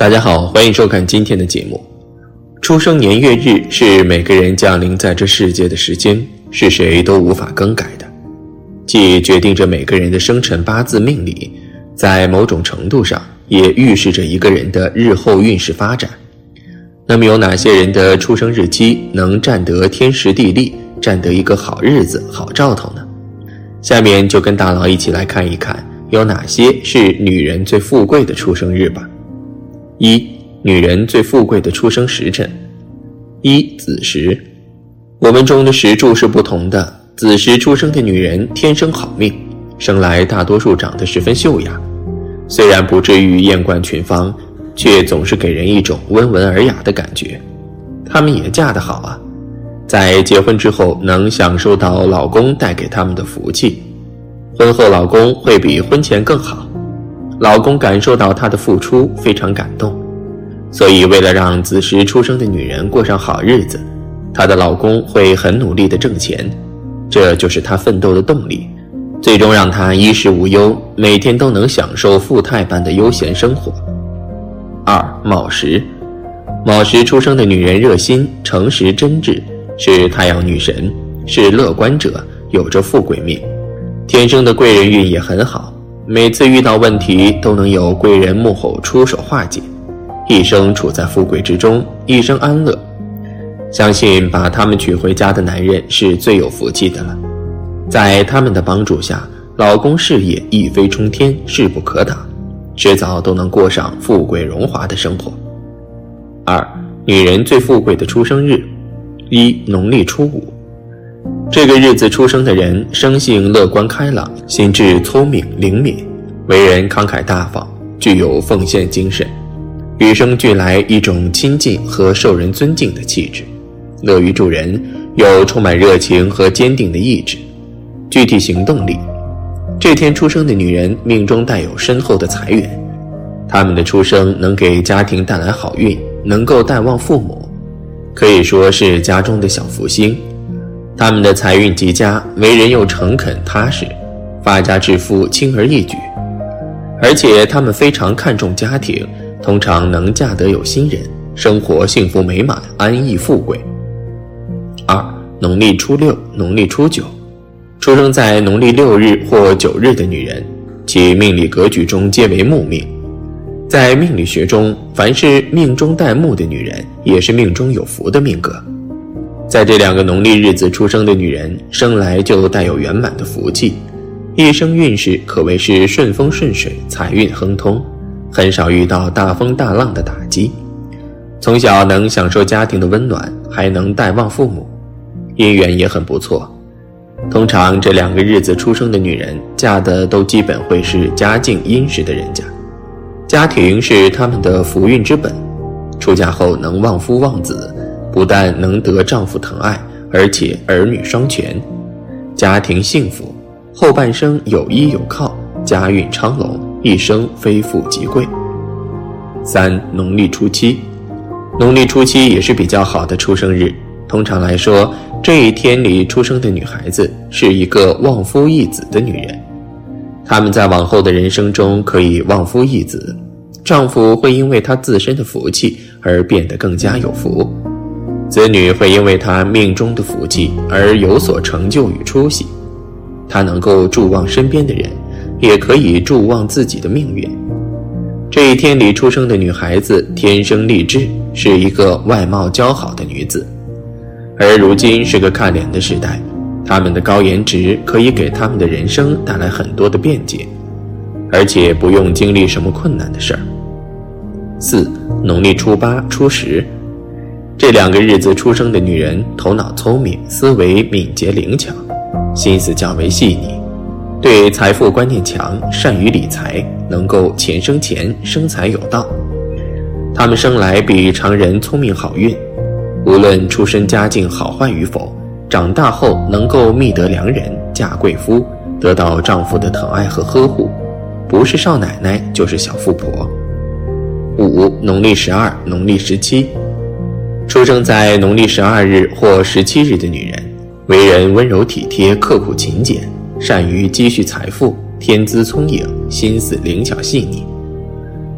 大家好，欢迎收看今天的节目。出生年月日是每个人降临在这世界的时间，是谁都无法更改的，既决定着每个人的生辰八字命理，在某种程度上也预示着一个人的日后运势发展。那么有哪些人的出生日期能占得天时地利，占得一个好日子好兆头呢？下面就跟大佬一起来看一看有哪些是女人最富贵的出生日吧。一、女人最富贵的出生时辰。一、子时。我们中的时柱是不同的，子时出生的女人天生好命，生来大多数长得十分秀雅，虽然不至于艳冠群芳，却总是给人一种温文尔雅的感觉。她们也嫁得好啊，在结婚之后能享受到老公带给她们的福气，婚后老公会比婚前更好，老公感受到她的付出非常感动，所以为了让子时出生的女人过上好日子，她的老公会很努力地挣钱，这就是她奋斗的动力，最终让她衣食无忧，每天都能享受富太般的悠闲生活。二、卯时。卯时出生的女人热心、诚实、真挚，是太阳女神，是乐观者，有着富贵命，天生的贵人运也很好，每次遇到问题都能有贵人幕后出手化解，一生处在富贵之中，一生安乐。相信把他们娶回家的男人是最有福气的了，在他们的帮助下，老公事业一飞冲天，势不可挡，迟早都能过上富贵荣华的生活。二、女人最富贵的出生日。一、农历初五。这个日子出生的人生性乐观开朗，心智聪明灵敏，为人慷慨大方，具有奉献精神，与生俱来一种亲近和受人尊敬的气质，乐于助人，有充满热情和坚定的意志，具体行动力。这天出生的女人命中带有深厚的财源，她们的出生能给家庭带来好运，能够带旺父母，可以说是家中的小福星。他们的财运极佳，为人又诚恳踏实，发家致富轻而易举，而且他们非常看重家庭，通常能嫁得有心人，生活幸福美满，安逸富贵。二、农历初六、农历初九。出生在农历6日或9日的女人，其命理格局中皆为木命。在命理学中，凡是命中带木的女人，也是命中有福的命格。在这2个农历日子出生的女人，生来就带有圆满的福气，一生运势可谓是顺风顺水，财运亨通，很少遇到大风大浪的打击。从小能享受家庭的温暖，还能带旺父母，姻缘也很不错。通常这2个日子出生的女人，嫁的都基本会是家境殷实的人家，家庭是他们的福运之本，出嫁后能旺夫旺子，不但能得丈夫疼爱，而且儿女双全，家庭幸福，后半生有依有靠，家运昌隆，一生非富即贵。三、农历初七。农历初七也是比较好的出生日，通常来说，这一天里出生的女孩子是一个旺夫益子的女人，她们在往后的人生中可以旺夫益子，丈夫会因为她自身的福气而变得更加有福，子女会因为她命中的福气而有所成就与出息。她能够助旺身边的人，也可以助旺自己的命运。这一天里出生的女孩子天生丽质，是一个外貌姣好的女子，而如今是个看脸的时代，她们的高颜值可以给她们的人生带来很多的便捷，而且不用经历什么困难的事儿。四、农历初八、初十。这2个日子出生的女人头脑聪明，思维敏捷灵巧，心思较为细腻，对财富观念强，善于理财，能够钱生钱，生财有道。她们生来比常人聪明好运，无论出身家境好坏与否，长大后能够觅得良人，嫁贵夫，得到丈夫的疼爱和呵护，不是少奶奶就是小富婆。五、农历12、农历17。出生在农历12日或17日的女人，为人温柔体贴，刻苦勤俭，善于积蓄财富，天资聪颖，心思灵巧细腻。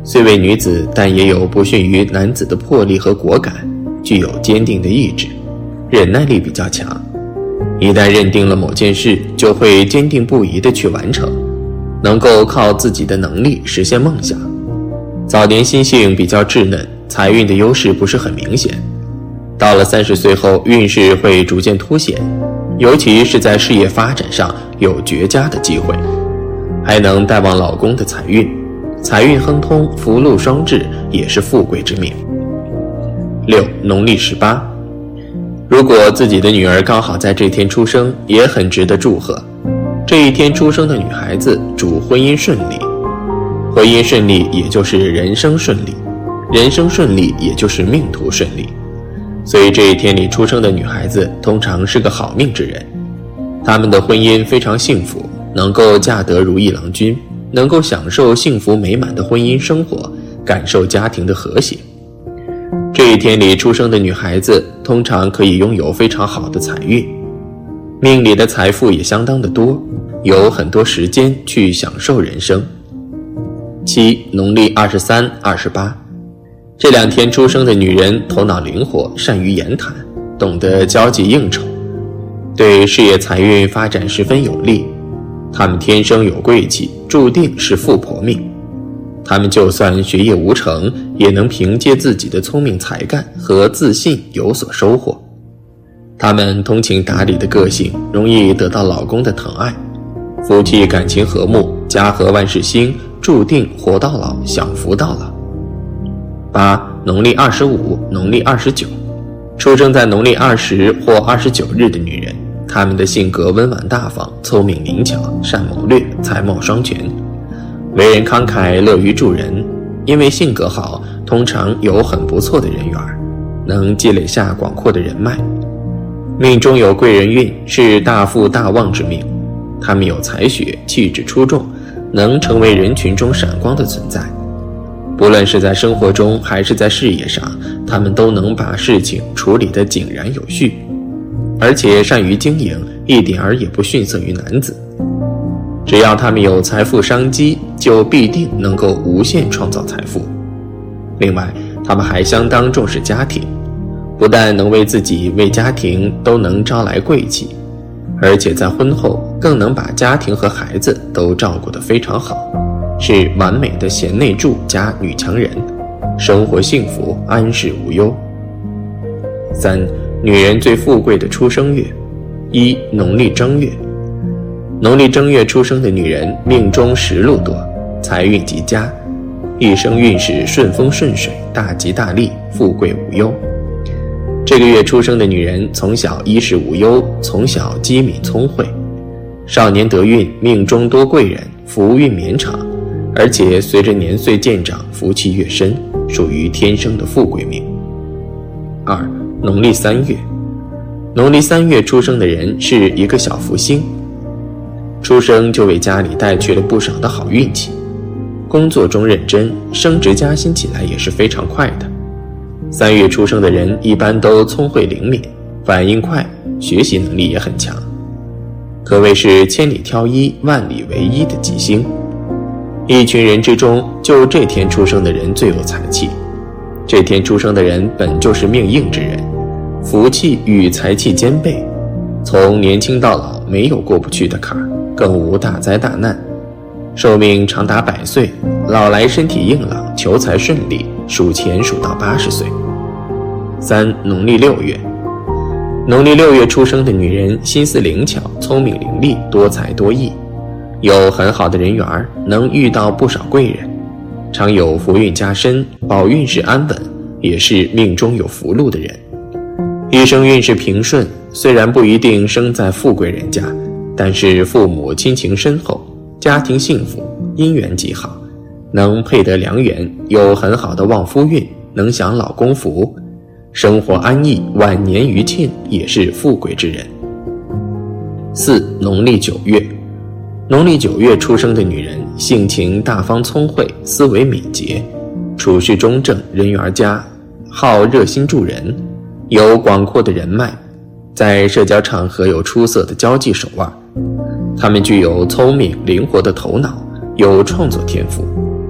虽为女子，但也有不逊于男子的魄力和果敢，具有坚定的意志，忍耐力比较强。一旦认定了某件事，就会坚定不移地去完成，能够靠自己的能力实现梦想。早年心性比较稚嫩，财运的优势不是很明显，到了30岁后，运势会逐渐凸显，尤其是在事业发展上有绝佳的机会，还能带旺老公的财运。财运亨通，福禄双至，也是富贵之命。6. 农历18，如果自己的女儿刚好在这天出生，也很值得祝贺。这一天出生的女孩子主婚姻顺利，婚姻顺利也就是人生顺利，人生顺利也就是命途顺利。所以这一天里出生的女孩子通常是个好命之人，她们的婚姻非常幸福，能够嫁得如意郎君，能够享受幸福美满的婚姻生活，感受家庭的和谐。这一天里出生的女孩子通常可以拥有非常好的财运，命里的财富也相当的多，有很多时间去享受人生。7. 农历23、28，这2天出生的女人头脑灵活，善于言谈，懂得交际应酬，对事业财运发展十分有利。她们天生有贵气，注定是富婆命。她们就算学业无成，也能凭借自己的聪明才干和自信有所收获。她们通情达理的个性，容易得到老公的疼爱，夫妻感情和睦，家和万事兴，注定活到老，享福到老。8. 农历25、农历29，出生在农历20或29日的女人，她们的性格温婉大方，聪明灵巧，善谋略，才貌双全，为人慷慨，乐于助人。因为性格好，通常有很不错的人缘，能积累下广阔的人脉。命中有贵人运，是大富大旺之命。他们有才学，气质出众，能成为人群中闪光的存在。不论是在生活中还是在事业上，他们都能把事情处理得井然有序，而且善于经营，一点儿也不逊色于男子。只要他们有财富商机，就必定能够无限创造财富。另外，他们还相当重视家庭，不但能为自己为家庭都能招来贵气，而且在婚后更能把家庭和孩子都照顾得非常好，是完美的贤内助加女强人，生活幸福，安适无忧。3. 女人最富贵的出生月。1. 农历正月。农历正月出生的女人命中食禄多，财运极佳，一生运势顺风顺水，大吉大利，富贵无忧。这个月出生的女人从小衣食无忧，从小机敏聪慧，少年得运，命中多贵人，福运绵长，而且随着年岁渐长，福气越深，属于天生的富贵命。2. 农历3月。农历3月出生的人是一个小福星，出生就为家里带去了不少的好运气，工作中认真，升职加薪起来也是非常快的。3月出生的人一般都聪慧灵敏，反应快，学习能力也很强，可谓是千里挑一，万里唯一的吉星。一群人之中，就这天出生的人最有才气。这天出生的人本就是命硬之人，福气与财气兼备，从年轻到老没有过不去的坎儿，更无大灾大难，寿命长达100岁，老来身体硬朗，求财顺利，数钱数到80岁。3. 农历6月。农历6月出生的女人心思灵巧，聪明伶俐，多才多艺，有很好的人缘，能遇到不少贵人，常有福运加身，保运势安稳，也是命中有福禄的人。一生运势平顺，虽然不一定生在富贵人家，但是父母亲情深厚，家庭幸福，姻缘极好，能配得良缘，有很好的旺夫运，能享老公福，生活安逸，晚年余庆，也是富贵之人。4. 农历9月。农历9月出生的女人性情大方聪慧，思维敏捷，处事中正，人缘佳，好热心助人，有广阔的人脉，在社交场合有出色的交际手腕。她们具有聪明灵活的头脑，有创作天赋，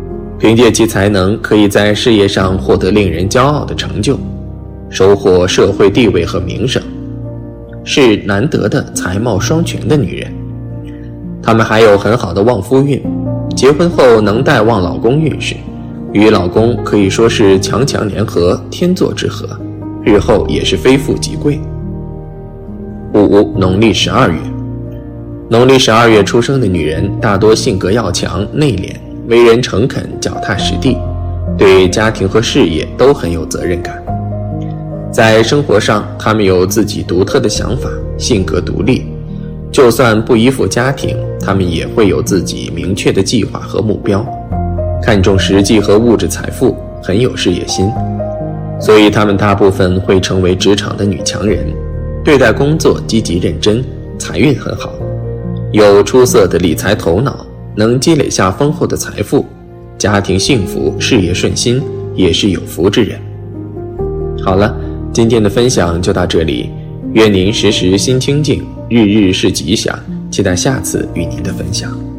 凭借其才能可以在事业上获得令人骄傲的成就，收获社会地位和名声，是难得的才貌双全的女人。她们还有很好的旺夫运，结婚后能带旺老公运势，与老公可以说是强强联合，天作之合，日后也是非富即贵。5. 农历12月。农历12月出生的女人大多性格要强、内敛，为人诚恳、脚踏实地，对家庭和事业都很有责任感。在生活上，她们有自己独特的想法，性格独立，就算不依附家庭，她们也会有自己明确的计划和目标，看重实际和物质财富，很有事业心，所以她们大部分会成为职场的女强人，对待工作积极认真，财运很好，有出色的理财头脑，能积累下丰厚的财富，家庭幸福，事业顺心，也是有福之人。好了，今天的分享就到这里，愿您时时心清静，日日是吉祥，期待下次与您的分享。